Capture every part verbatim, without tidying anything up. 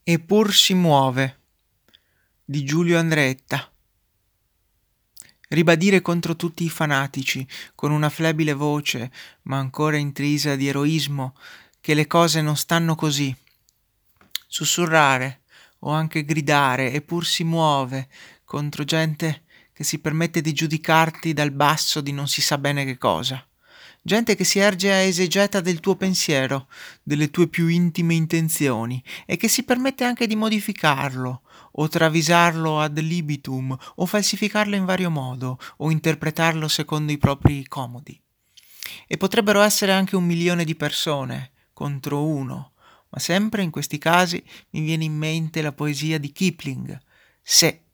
Eppur si muove di Giulio Andreetta. Ribadire contro tutti i fanatici, con una flebile voce, ma ancora intrisa di eroismo, che le cose non stanno così. Sussurrare o anche gridare, eppur si muove contro gente che si permette di giudicarti dal basso di non si sa bene che cosa. Gente che si erge a esegeta del tuo pensiero, delle tue più intime intenzioni, e che si permette anche di modificarlo, o travisarlo ad libitum, o falsificarlo in vario modo, o interpretarlo secondo i propri comodi. E potrebbero essere anche un milione di persone contro uno, ma sempre in questi casi mi viene in mente la poesia di Kipling. Se.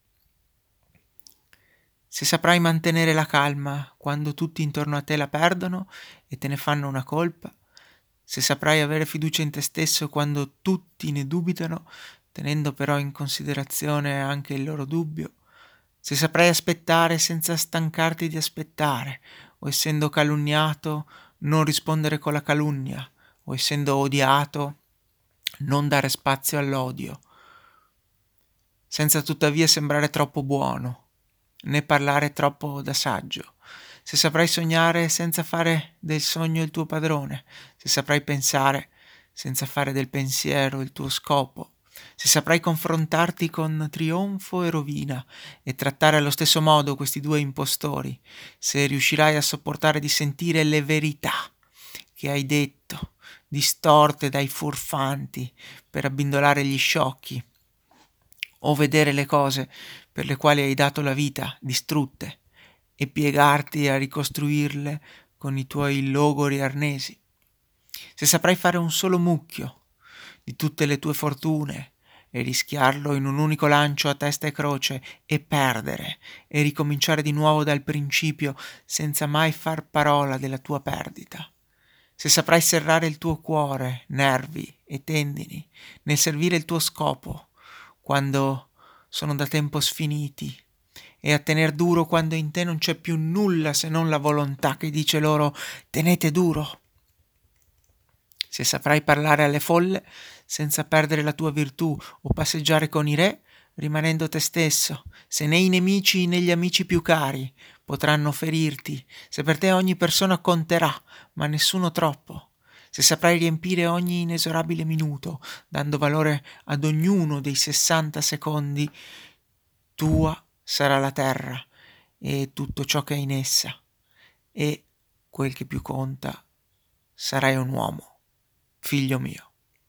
Se saprai mantenere la calma quando tutti intorno a te la perdono e te ne fanno una colpa, se saprai avere fiducia in te stesso quando tutti ne dubitano, tenendo però in considerazione anche il loro dubbio, se saprai aspettare senza stancarti di aspettare, o essendo calunniato non rispondere con la calunnia, o essendo odiato non dare spazio all'odio, senza tuttavia sembrare troppo buono, né parlare troppo da saggio, se saprai sognare senza fare del sogno il tuo padrone, se saprai pensare senza fare del pensiero il tuo scopo, se saprai confrontarti con trionfo e rovina e trattare allo stesso modo questi due impostori, se riuscirai a sopportare di sentire le verità che hai detto, distorte dai furfanti per abbindolare gli sciocchi, o vedere le cose per le quali hai dato la vita distrutte e piegarti a ricostruirle con i tuoi logori arnesi. Se saprai fare un solo mucchio di tutte le tue fortune e rischiarlo in un unico lancio a testa e croce e perdere e ricominciare di nuovo dal principio senza mai far parola della tua perdita. Se saprai serrare il tuo cuore, nervi e tendini nel servire il tuo scopo quando sono da tempo sfiniti e a tener duro quando in te non c'è più nulla se non la volontà che dice loro tenete duro. Se saprai parlare alle folle senza perdere la tua virtù o passeggiare con i re rimanendo te stesso, se né i nemici né gli amici più cari potranno ferirti, se per te ogni persona conterà, ma nessuno troppo, se saprai riempire ogni inesorabile minuto, dando valore ad ognuno dei sessanta secondi, tua sarà la terra e tutto ciò che è in essa, e, quel che più conta, sarai un uomo, figlio mio.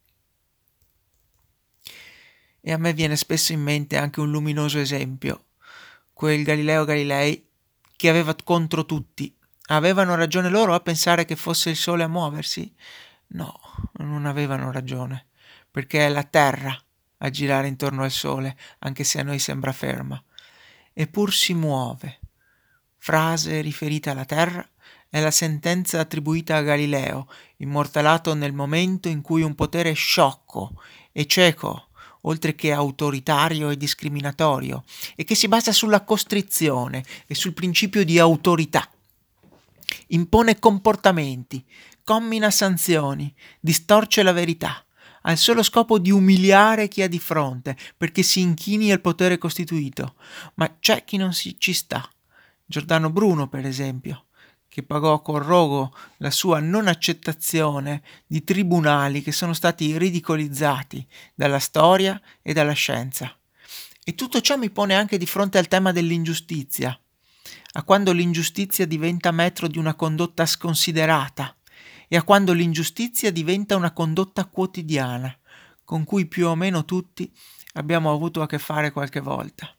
E a me viene spesso in mente anche un luminoso esempio, quel Galileo Galilei che aveva contro tutti. Avevano ragione loro a pensare che fosse il sole a muoversi? No, non avevano ragione, perché è la Terra a girare intorno al sole, anche se a noi sembra ferma. Eppur si muove. Frase riferita alla Terra è la sentenza attribuita a Galileo, immortalato nel momento in cui un potere sciocco e cieco, oltre che autoritario e discriminatorio, e che si basa sulla costrizione e sul principio di autorità, impone comportamenti, commina sanzioni, distorce la verità, ha il solo scopo di umiliare chi ha di fronte, perché si inchini al potere costituito. Ma c'è chi non si ci sta. Giordano Bruno, per esempio, che pagò con rogo la sua non accettazione di tribunali che sono stati ridicolizzati dalla storia e dalla scienza. E tutto ciò mi pone anche di fronte al tema dell'ingiustizia, a quando l'ingiustizia diventa metro di una condotta sconsiderata e a quando l'ingiustizia diventa una condotta quotidiana, con cui più o meno tutti abbiamo avuto a che fare qualche volta.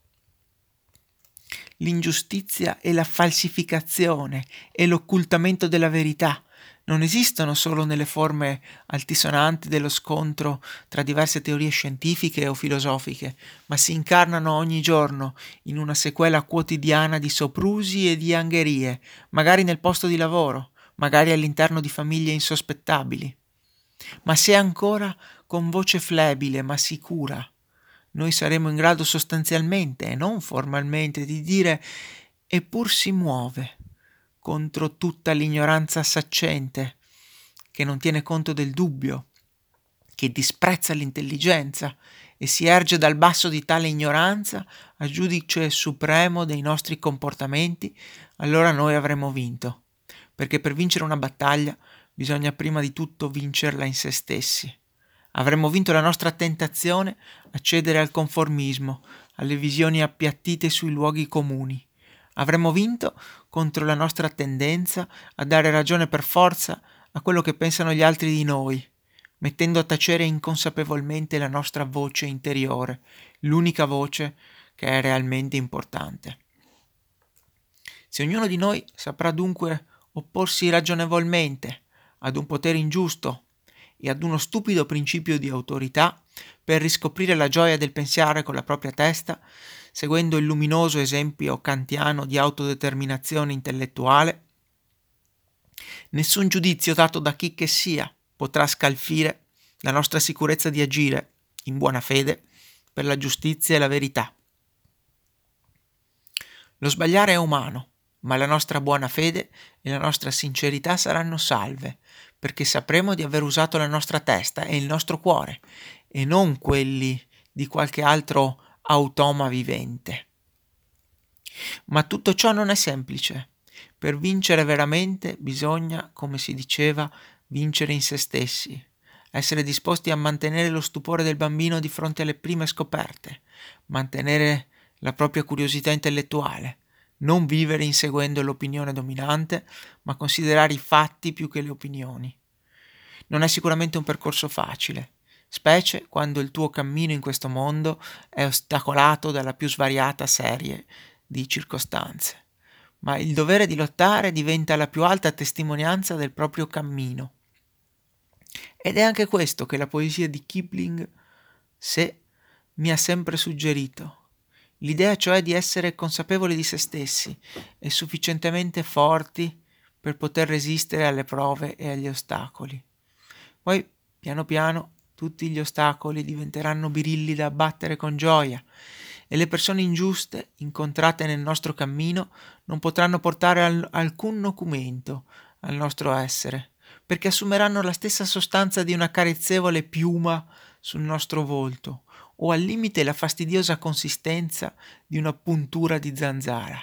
L'ingiustizia e la falsificazione e l'occultamento della verità non esistono solo nelle forme altisonanti dello scontro tra diverse teorie scientifiche o filosofiche, ma si incarnano ogni giorno in una sequela quotidiana di soprusi e di angherie, magari nel posto di lavoro, magari all'interno di famiglie insospettabili. Ma se ancora con voce flebile ma sicura noi saremo in grado sostanzialmente e non formalmente di dire eppur si muove contro tutta l'ignoranza saccente che non tiene conto del dubbio, che disprezza l'intelligenza e si erge dal basso di tale ignoranza a giudice supremo dei nostri comportamenti, allora noi avremo vinto, perché per vincere una battaglia bisogna prima di tutto vincerla in se stessi. Avremmo vinto la nostra tentazione a cedere al conformismo, alle visioni appiattite sui luoghi comuni. Avremmo vinto contro la nostra tendenza a dare ragione per forza a quello che pensano gli altri di noi, mettendo a tacere inconsapevolmente la nostra voce interiore, l'unica voce che è realmente importante. Se ognuno di noi saprà dunque opporsi ragionevolmente ad un potere ingiusto e ad uno stupido principio di autorità per riscoprire la gioia del pensare con la propria testa, seguendo il luminoso esempio kantiano di autodeterminazione intellettuale, nessun giudizio dato da chi che sia potrà scalfire la nostra sicurezza di agire, in buona fede, per la giustizia e la verità. Lo sbagliare è umano, ma la nostra buona fede e la nostra sincerità saranno salve, perché sapremo di aver usato la nostra testa e il nostro cuore, e non quelli di qualche altro automa vivente. Ma tutto ciò non è semplice. Per vincere veramente bisogna, come si diceva, vincere in se stessi, essere disposti a mantenere lo stupore del bambino di fronte alle prime scoperte, mantenere la propria curiosità intellettuale, non vivere inseguendo l'opinione dominante, ma considerare i fatti più che le opinioni. Non è sicuramente un percorso facile, specie quando il tuo cammino in questo mondo è ostacolato dalla più svariata serie di circostanze, ma il dovere di lottare diventa la più alta testimonianza del proprio cammino. Ed è anche questo che la poesia di Kipling, Se, mi ha sempre suggerito. L'idea cioè di essere consapevoli di se stessi e sufficientemente forti per poter resistere alle prove e agli ostacoli. Poi, piano piano, tutti gli ostacoli diventeranno birilli da abbattere con gioia e le persone ingiuste incontrate nel nostro cammino non potranno portare al- alcun nocumento al nostro essere, perché assumeranno la stessa sostanza di una carezzevole piuma sul nostro volto, o al limite la fastidiosa consistenza di una puntura di zanzara.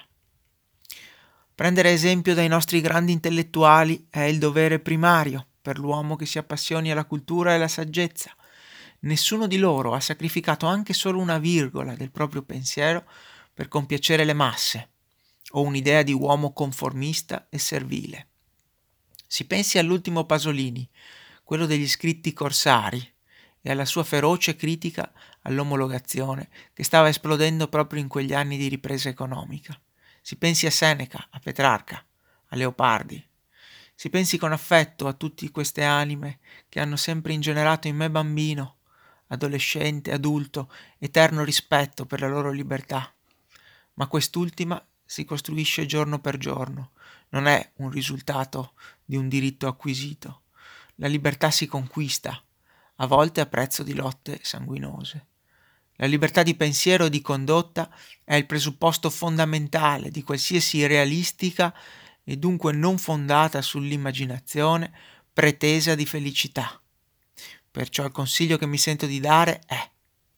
Prendere esempio dai nostri grandi intellettuali è il dovere primario per l'uomo che si appassioni alla cultura e alla saggezza. Nessuno di loro ha sacrificato anche solo una virgola del proprio pensiero per compiacere le masse, o un'idea di uomo conformista e servile. Si pensi all'ultimo Pasolini, quello degli scritti corsari, e alla sua feroce critica all'omologazione che stava esplodendo proprio in quegli anni di ripresa economica. Si pensi a Seneca, a Petrarca, a Leopardi. Si pensi con affetto a tutte queste anime che hanno sempre ingenerato in me bambino, adolescente, adulto, eterno rispetto per la loro libertà. Ma quest'ultima si costruisce giorno per giorno, non è un risultato di un diritto acquisito. La libertà si conquista, a volte a prezzo di lotte sanguinose. La libertà di pensiero e di condotta è il presupposto fondamentale di qualsiasi realistica e dunque non fondata sull'immaginazione pretesa di felicità. Perciò il consiglio che mi sento di dare è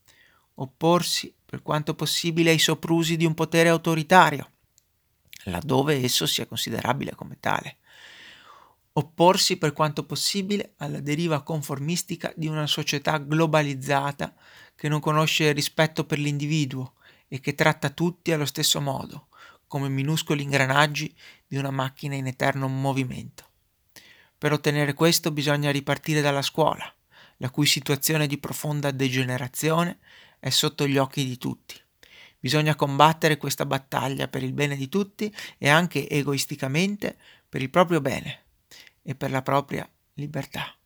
opporsi per quanto possibile ai soprusi di un potere autoritario, laddove esso sia considerabile come tale. Opporsi per quanto possibile alla deriva conformistica di una società globalizzata che non conosce il rispetto per l'individuo e che tratta tutti allo stesso modo, come minuscoli ingranaggi di una macchina in eterno movimento. Per ottenere questo bisogna ripartire dalla scuola, la cui situazione di profonda degenerazione è sotto gli occhi di tutti. Bisogna combattere questa battaglia per il bene di tutti e anche egoisticamente per il proprio bene e per la propria libertà.